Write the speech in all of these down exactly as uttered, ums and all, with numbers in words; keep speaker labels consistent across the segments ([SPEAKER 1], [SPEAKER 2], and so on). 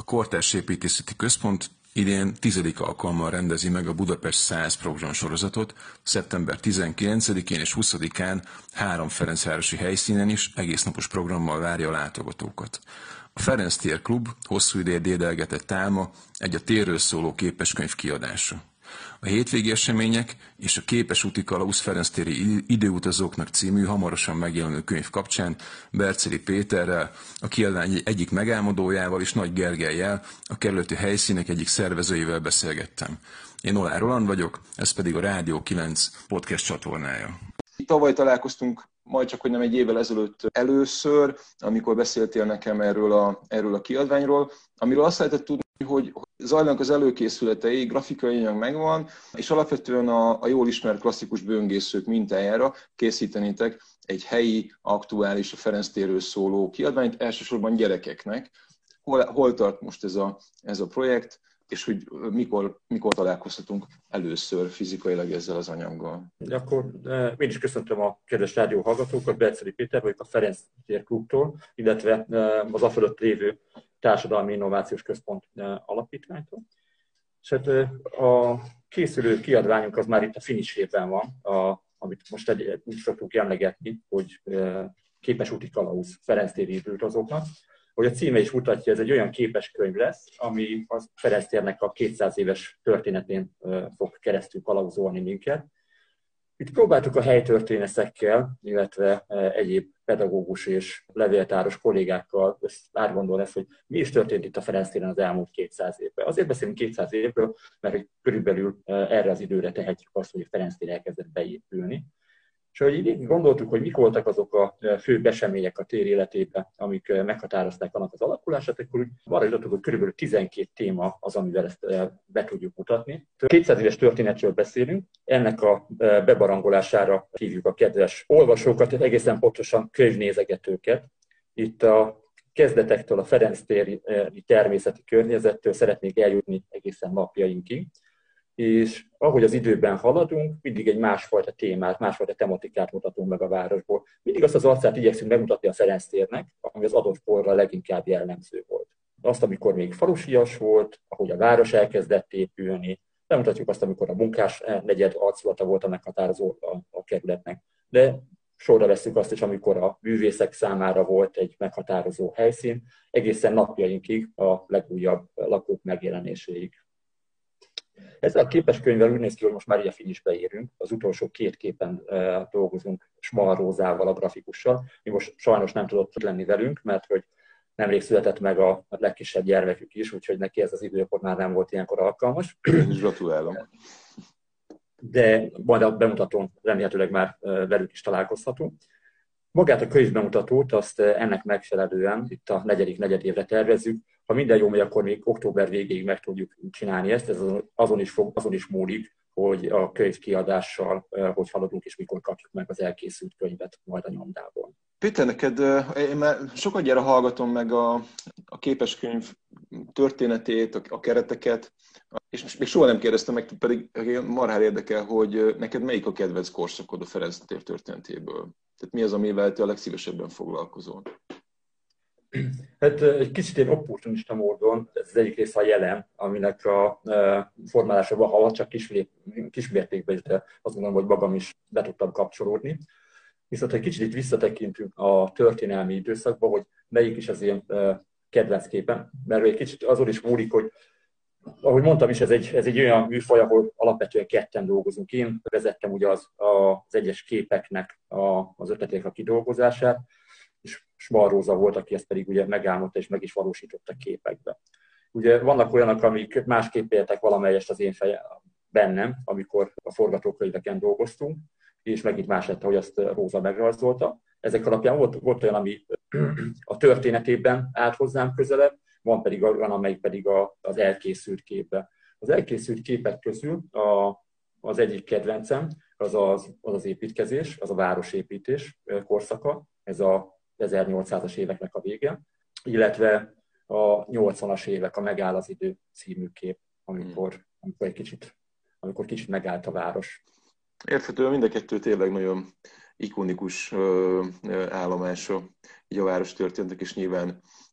[SPEAKER 1] Kortárs Építészeti Központ idén tizedik alkalommal rendezi meg a Budapest száz programsorozatot, szeptember tizenkilencedikén és huszadikán három ferencvárosi helyszínen is egésznapos programmal várja a látogatókat. A Ferenc Tér Klub hosszú ideje dédelgetett álma egy a térről szóló képeskönyv kiadása. A hétvégi események és a Képes úti kalauz ferenctéri időutazóknak című hamarosan megjelenő könyv kapcsán Berczeli Péterrel, a kiadvány egyik megálmodójával és Nagy Gergellyel, a kerületi helyszínek egyik szervezőjével beszélgettem. Én Olár Roland vagyok, ez pedig a Rádió kilenc podcast csatornája.
[SPEAKER 2] Tavaly találkoztunk, majd csak hogy nem egy évvel ezelőtt először, amikor beszéltél nekem erről a, erről a kiadványról, amiről azt lehetett tudni, hogy zajlanak az előkészületei, grafikai anyag megvan, és alapvetően a, a jól ismert klasszikus böngészők mintájára készítenétek egy helyi, aktuális, a Ferenc térről szóló kiadványt, elsősorban gyerekeknek. Hol, hol tart most ez a, ez a projekt, és hogy mikor, mikor találkozhatunk először fizikailag ezzel az anyaggal?
[SPEAKER 3] Akkor én is köszöntöm a kedves rádió hallgatókat, Berczeli Péter vagyok a Ferenc Tér Klubtól, illetve az a fölött lévő Társadalmi Innovációs Központ alapítványtól. És hát a készülő kiadványunk az már itt a finisében van, a, amit most egy, úgy szoktuk emlegetni, hogy Képes úti kalauz Ferenc téri időutazóknak. Hogy a címe is mutatja, ez egy olyan képeskönyv lesz, ami a Ferenc térnek a kétszáz éves történetén fog keresztül kalauzolni minket. Itt próbáltuk a helytörténészekkel, illetve egyéb pedagógus és levéltáros kollégákkal átgondolni ezt, hogy mi is történt itt a Ferenc téren az elmúlt kétszáz évben. Azért beszélünk kétszáz évről, mert hogy körülbelül erre az időre tehetjük azt, hogy a Ferenc tér elkezdett beépülni. És ahogy így gondoltuk, hogy mik voltak azok a fő események a tér életében, amik meghatározták annak az alakulását, akkor úgy arra jutottuk, hogy körülbelül tizenkét téma az, amivel ezt be tudjuk mutatni. kétszáz éves történetről beszélünk, ennek a bebarangolására hívjuk a kedves olvasókat, egészen pontosan könyvnézegetőket. Itt a kezdetektől, a Ferenc téri természeti környezettől szeretnék eljutni egészen napjainkig. És ahogy az időben haladunk, mindig egy másfajta témát, másfajta tematikát mutatunk meg a városból. Mindig azt az arcát igyekszünk megmutatni a Ferenc térnek, ami az adott korra leginkább jellemző volt. Azt, amikor még falusias volt, ahogy a város elkezdett épülni, bemutatjuk azt, amikor a munkás negyed arculata volt a meghatározó a, a kerületnek. De sorra vesszük azt is, amikor a művészek számára volt egy meghatározó helyszín, egészen napjainkig a legújabb lakók megjelenéséig. Ezzel a képeskönyvvel úgy néz ki, hogy most már így a finisbe érünk. Az utolsó két képen uh, dolgozunk Schmal Rózával, a grafikussal. Mi most sajnos nem tudott lenni velünk, mert hogy nemrég született meg a, a legkisebb gyermekük is, úgyhogy neki ez az időpont már nem volt ilyenkor alkalmas.
[SPEAKER 2] Én is gratulálom.
[SPEAKER 3] De majd a bemutatón remélhetőleg már uh, velük is találkozhatunk. Magát a könyvbemutatót azt ennek megfelelően itt a negyedik negyedévre tervezzük. Ha minden jól megy, akkor még október végéig meg tudjuk csinálni ezt. Ez azon is, fog, azon is múlik, hogy a könyv kiadással hogy haladunk, és mikor kapjuk meg az elkészült könyvet majd a nyomdából.
[SPEAKER 2] Péter, neked, én már sokat gyere hallgatom meg a, a képeskönyv történetét, a, a kereteket, és most még soha nem kérdeztem meg, pedig marhán érdekel, hogy neked melyik a kedvenc korszakod a Ferenc tér történetéből? Tehát mi az, amivel te a legszívesebben foglalkozol?
[SPEAKER 3] Hát egy kicsit én opportunista módon, ez az egyik része a jelen, aminek a formálásában, ha csak kismértékben, de azt gondolom, hogy magam is be tudtam kapcsolódni. Viszont egy kicsit itt visszatekintünk a történelmi időszakba, hogy melyik is az én kedvenc képen, mert egy kicsit azon is múlik, hogy ahogy mondtam is, ez egy, ez egy olyan műfaj, ahol alapvetően ketten dolgozunk. Én vezettem ugye az, az egyes képeknek a, az ötletek a kidolgozását, és Schmal Róza volt, aki ezt pedig ugye megálmodta és meg is valósította képekbe. Ugye vannak olyanok, amik másképp éltek valamelyest az én fejem bennem, amikor a forgatókönyveken dolgoztunk, és megint más lett, hogy azt Róza megrajzolta. Ezek alapján volt, volt olyan, ami a történetében állt hozzám közelebb, van pedig olyan, amelyik pedig a, az elkészült képbe. Az elkészült képek közül a, az egyik kedvencem az az, az az építkezés, az a városépítés korszaka, ez a ezernyolcszázas éveknek a vége, illetve a nyolcvanas évek, a Megáll az idő című kép, amikor, amikor egy kicsit, amikor kicsit megállt a város.
[SPEAKER 2] Érthetően mind a kettő tényleg nagyon ikonikus állomása így a város történtek, és nyilván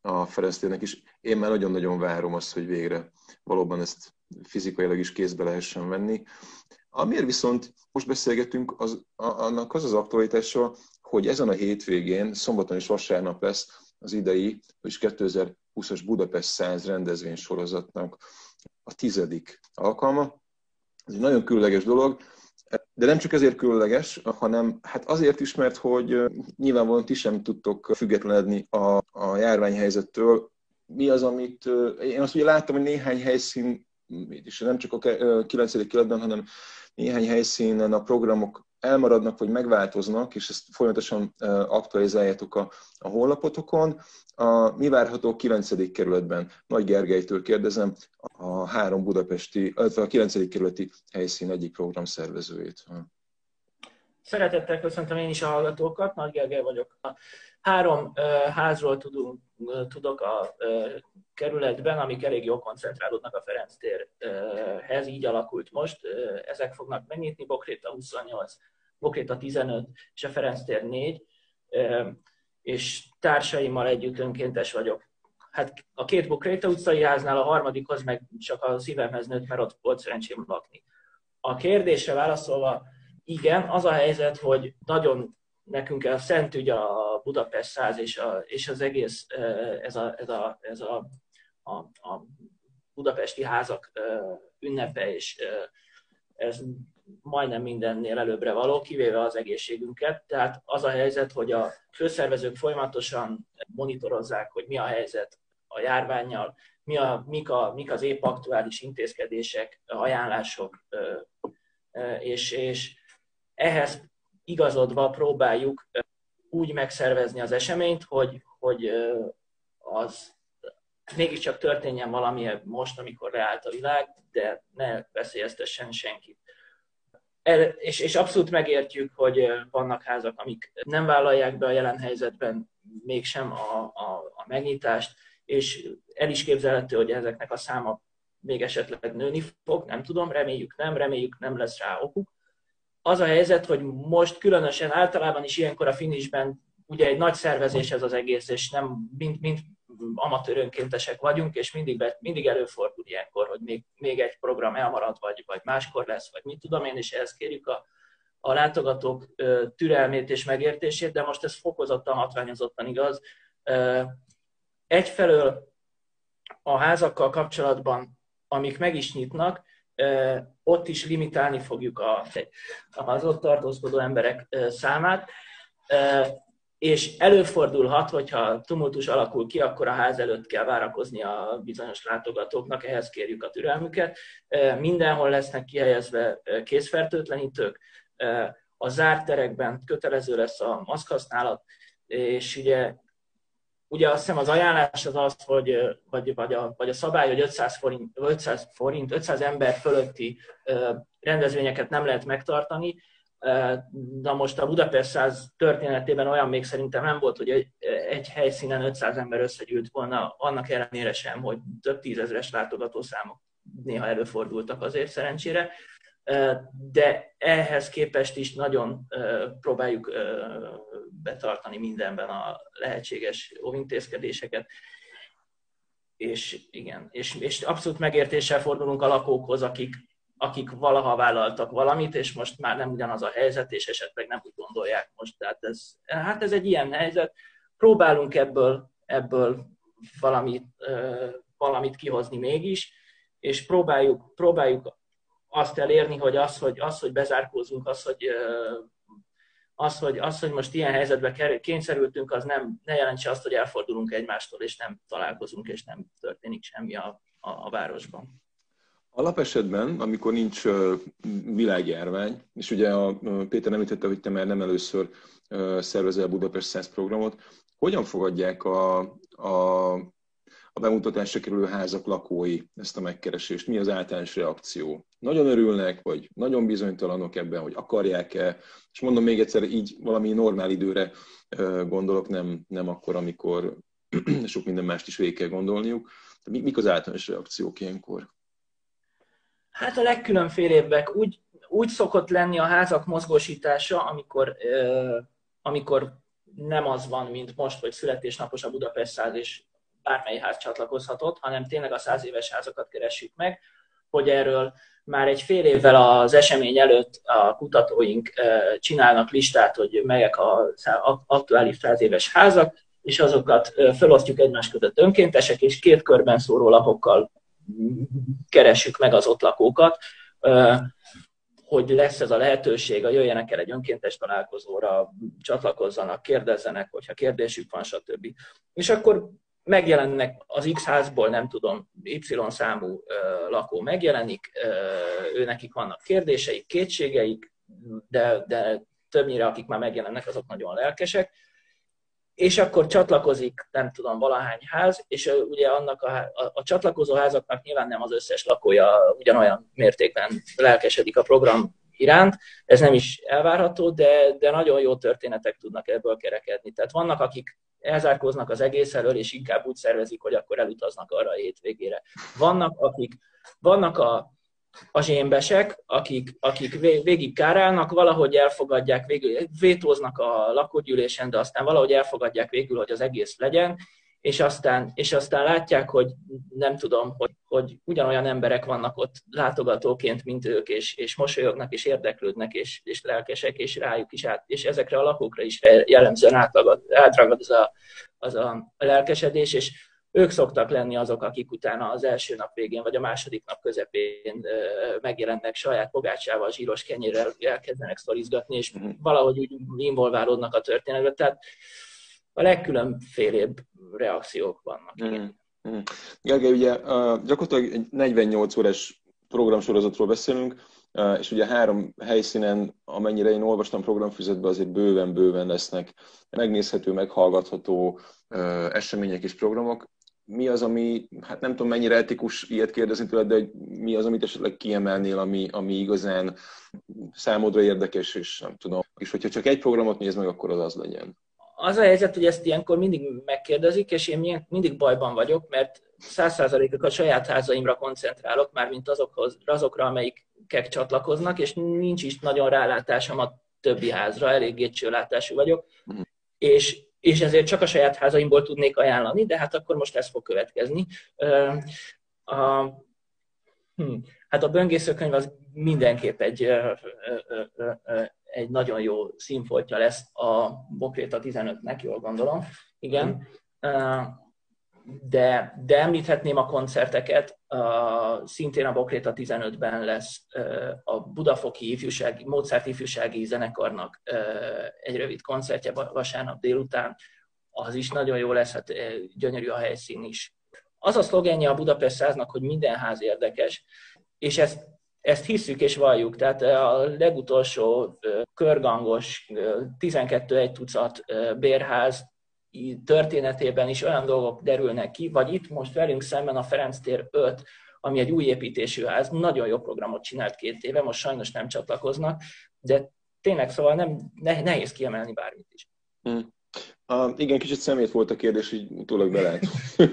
[SPEAKER 2] a Ferenc térnek is. Én már nagyon-nagyon várom azt, hogy végre valóban ezt fizikailag is kézbe lehessen venni. Amiért viszont most beszélgetünk, az, annak az az aktualitása, hogy ezen a hétvégén, szombaton és vasárnap lesz az idei, vagyis kétezer-húszas Budapest száz rendezvénysorozatnak a tizedik alkalma. Ez egy nagyon különleges dolog, de nem csak ezért különleges, hanem hát azért is, mert hogy nyilvánvalóan ti sem tudtok függetlenedni a, a járványhelyzettől. Mi az, amit én azt ugye láttam, hogy néhány helyszín, és nem csak a kilencedik kerületben, hanem néhány helyszínen a programok elmaradnak, vagy megváltoznak, és ezt folyamatosan aktualizáljátok a, a honlapotokon. A, mi várható kilencedik kerületben? Nagy Gergelytől kérdezem, a három budapesti, illetve a kilencedik kerületi helyszín egyik programszervezőjét.
[SPEAKER 4] Szeretettel köszöntöm én is a hallgatókat, Nagy Gergely vagyok. Három uh, házról tudunk, uh, tudok a uh, kerületben, amik elég jól koncentrálódnak a Ferenc térhez, így alakult most. Uh, ezek fognak megnyitni, Bokréta huszonnyolc, Bokréta tizenöt és a Ferenc tér négy, uh, és társaimmal együtt önkéntes vagyok. Hát a két Bokréta utcai háznál, a harmadikhoz meg csak a szívemhez nőtt, mert ott volt szerencsém lakni. A kérdésre válaszolva, igen, az a helyzet, hogy nagyon nekünk a szent ügy a Budapest száz és, a, és az egész ez a, ez a, ez a, a, a budapesti házak ünnepe, és ez majdnem mindennél előbbre való, kivéve az egészségünket. Tehát az a helyzet, hogy a főszervezők folyamatosan monitorozzák, hogy mi a helyzet a járvánnyal, mi a, mik, a, mik az épp aktuális intézkedések, ajánlások, és, és ehhez igazodva próbáljuk úgy megszervezni az eseményt, hogy, hogy az mégiscsak történjen valami most, amikor leállt a világ, de ne veszélyeztessen senkit. És, és abszolút megértjük, hogy vannak házak, amik nem vállalják be a jelen helyzetben mégsem a, a, a megnyitást, és el is képzelhető, hogy ezeknek a száma még esetleg nőni fog, nem tudom, reméljük nem, reméljük nem lesz rá okuk. Az a helyzet, hogy most különösen általában is ilyenkor a finishben ugye egy nagy szervezés ez az egész, és nem mind, mind amatőr önkéntesek vagyunk, és mindig, be, mindig előfordul ilyenkor, hogy még, még egy program elmarad, vagy, vagy máskor lesz, vagy mit tudom én, és ehhez kérjük a, a látogatók türelmét és megértését, de most ez fokozottan, hatványozottan igaz. Egyfelől a házakkal kapcsolatban, amik meg is nyitnak, ott is limitálni fogjuk a, az ott tartózkodó emberek számát, és előfordulhat, hogyha tumultus alakul ki, akkor a ház előtt kell várakozni a bizonyos látogatóknak, ehhez kérjük a türelmüket. Mindenhol lesznek kihelyezve kézfertőtlenítők, a zárt terekben kötelező lesz a maszkhasználat, és ugye Ugye azt hiszem az ajánlás az az, hogy, vagy, vagy, a, vagy a szabály, hogy ötszáz forint, ötszáz forint, ötszáz ember fölötti rendezvényeket nem lehet megtartani. Na most a Budapest száz történetében olyan még szerintem nem volt, hogy egy, egy helyszínen ötszáz ember összegyűlt volna, annak ellenére sem, hogy több tízezres látogatószámok néha előfordultak azért szerencsére. De ehhez képest is nagyon próbáljuk betartani mindenben a lehetséges óvintézkedéseket. És igen, és, és abszolút megértéssel fordulunk a lakókhoz, akik, akik valaha vállaltak valamit, és most már nem ugyanaz a helyzet, és esetleg nem úgy gondolják most. Tehát ez, hát ez egy ilyen helyzet. Próbálunk ebből, ebből valamit, valamit kihozni mégis, és próbáljuk, próbáljuk azt elérni, hogy az, hogy, az, hogy bezárkózunk, az, hogy, az, hogy, az, hogy most ilyen helyzetbe kényszerültünk, az nem, ne jelentse azt, hogy elfordulunk egymástól, és nem találkozunk, és nem történik semmi a, a, a városban.
[SPEAKER 2] Alapesetben, amikor nincs világjárvány, és ugye a Péter említette, hogy te már nem először szervezel Budapest száz programot, hogyan fogadják a, a, a bemutatásra kerülő házak lakói ezt a megkeresést? Mi az általános reakció? Nagyon örülnek, vagy nagyon bizonytalanok ebben, hogy akarják-e? És mondom még egyszer, így valami normál időre gondolok, nem, nem akkor, amikor sok minden mást is végig kell gondolniuk. De mik az általános reakciók ilyenkor?
[SPEAKER 4] Hát a legkülönfélébbek. Úgy, úgy szokott lenni a házak mozgósítása, amikor, euh, amikor nem az van, mint most, hogy születésnapos a Budapest száz, és bármely ház csatlakozhatott, hanem tényleg a száz éves házakat keressük meg, hogy erről már egy fél évvel az esemény előtt a kutatóink csinálnak listát, hogy melyek az aktuális száz éves házak, és azokat felosztjuk egymás között önkéntesek, és két körben szóró lapokkal keressük meg az ott lakókat, hogy lesz ez a lehetőség, hogy jöjjenek el egy önkéntes találkozóra, csatlakozzanak, kérdezzenek, hogyha kérdésük van, stb. És akkor megjelennek az X házból, nem tudom, Y számú lakó megjelenik, ő nekik vannak kérdéseik, kétségeik, de, de többnyire akik már megjelennek, azok nagyon lelkesek, és akkor csatlakozik, nem tudom, valahány ház, és ugye annak a, a, a csatlakozó házaknak nyilván nem az összes lakója ugyanolyan mértékben lelkesedik a program iránt, ez nem is elvárható, de, de nagyon jó történetek tudnak ebből kerekedni. Tehát vannak, akik elzárkóznak az egész elől, és inkább úgy szervezik, hogy akkor elutaznak arra a hétvégére. Vannak, akik, vannak a, a zsémbesek, akik, akik végig kárálnak, valahogy elfogadják, végül vétóznak a lakógyűlésen, de aztán valahogy elfogadják végül, hogy az egész legyen, és aztán, és aztán látják, hogy nem tudom, hogy, hogy ugyanolyan emberek vannak ott látogatóként, mint ők, és, és mosolyognak, és érdeklődnek, és, és lelkesek, és rájuk is át, és ezekre a lakókra is jellemzően átragad, átragad az, a, az a lelkesedés, és ők szoktak lenni azok, akik utána az első nap végén, vagy a második nap közepén megjelennek saját pogácsával, zsíros kenyérrel, elkezdenek sztorizgatni, és valahogy úgy involválódnak a történetbe. Tehát a legkülönfélébb reakciók vannak.
[SPEAKER 2] Mm. Mm. Gergely, ugye gyakorlatilag egy negyvennyolc órás programsorozatról beszélünk, és ugye három helyszínen, amennyire én olvastam programfüzetbe, azért bőven-bőven lesznek megnézhető, meghallgatható események és programok. Mi az, ami, hát nem tudom mennyire etikus ilyet kérdezni tőled, de mi az, amit esetleg kiemelnél, ami, ami igazán számodra érdekes, és nem tudom. És hogyha csak egy programot néz meg, akkor az az legyen.
[SPEAKER 4] Az a helyzet, hogy ezt ilyenkor mindig megkérdezik, és én mindig bajban vagyok, mert száz százalékig a saját házaimra koncentrálok, mármint azokhoz, azokra, amelyikek csatlakoznak, és nincs is nagyon rálátásom a többi házra, eléggé csőlátású vagyok, mm. és, és ezért csak a saját házaimból tudnék ajánlani, de hát akkor most ez fog következni. A, hm, hát a böngészőkönyv az mindenképp egy... egy nagyon jó színfoltja lesz a Bokréta tizenötnek, jól gondolom. Igen. De, de említhetném a koncerteket, szintén a Bokréta tizenötben lesz a Budafoki ifjúsági, Mozart ifjúsági zenekarnak egy rövid koncertje vasárnap délután. Az is nagyon jó lesz, hát gyönyörű a helyszín is. Az a szlogenje a Budapest száznak, hogy minden ház érdekes, és ezt Ezt hisszük és valljuk, tehát a legutolsó körgangos tizenkettő egy tucat bérház történetében is olyan dolgok derülnek ki, vagy itt most velünk szemben a Ferenc tér öt, ami egy új építésű ház, nagyon jó programot csinált két éve, most sajnos nem csatlakoznak, de tényleg szóval nem, nehéz kiemelni bármit is.
[SPEAKER 2] Hmm. Uh, igen, kicsit szemét volt a kérdés, így utólag belát.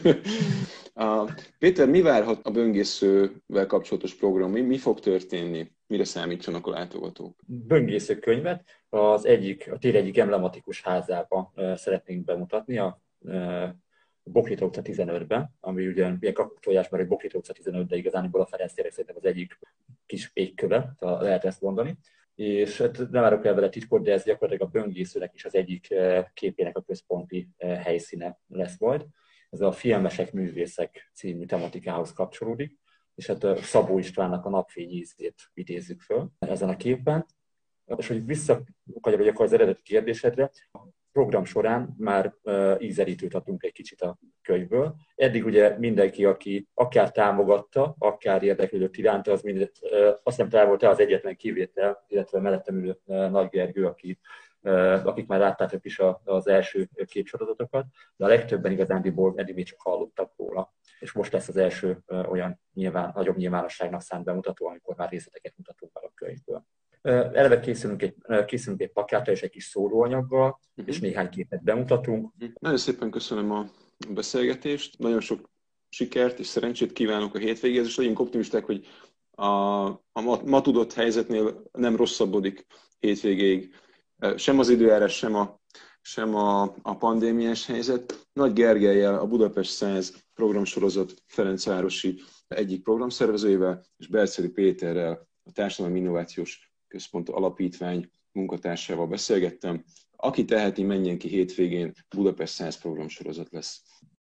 [SPEAKER 2] uh, Péter, mi várhat a böngészővel kapcsolatos program? Mi, mi fog történni? Mire számítsanak a látogatók?
[SPEAKER 3] Böngészőkönyvet az egyik, a tér egyik emblematikus házába uh, szeretnénk bemutatni, a uh, Bokréta utca tizenötben, ami ugyan ilyen kapcsolódás, mert egy Bokréta utca tizenöt, de igazániból a Ferenc térnek szerintem az egyik kis égköve, lehet ezt mondani. És nem árok el vele titkot, de ez gyakorlatilag a böngészőnek is az egyik képének a központi helyszíne lesz majd. Ez a Filmesek, Művészek című tematikához kapcsolódik, és hát Szabó Istvánnak a Napfény ízét idézzük föl ezen a képen. És hogy visszakanyarodjak az eredeti kérdésedre, a program során már ízelítőt adtunk egy kicsit a könyvből. Eddig ugye mindenki, aki akár támogatta, akár érdeklődött iránta, az mind, azt nem talán volt el az egyetlen kivétel, illetve mellettem ülő Nagy Gergő, aki, akik már láttátok is az első képsorozatokat, de a legtöbben igazándiból eddig még csak hallottak róla. És most lesz az első olyan nyilván, nagyobb nyilvánosságnak szánt bemutató, amikor már részleteket mutatunk be a könyvből. Eleve készülünk egy, készülünk egy plakáttal és egy kis szólóanyaggal, uh-huh. és néhány képet bemutatunk.
[SPEAKER 2] Nagyon szépen köszönöm a beszélgetést, nagyon sok sikert és szerencsét kívánok a hétvégéhez, és legyünk optimisták, hogy a, a ma, ma tudott helyzetnél nem rosszabbodik hétvégéig sem az időjárás, sem a, sem a, a pandémiás helyzet. Nagy Gergellyel, a Budapest száz programsorozat Ferencvárosi egyik programszervezőjével, és Berczeli Péterrel, a Társadalmi Innovációs Központ Alapítvány munkatársával beszélgettem. Aki teheti, menjen ki hétvégén, Budapest száz programsorozat lesz.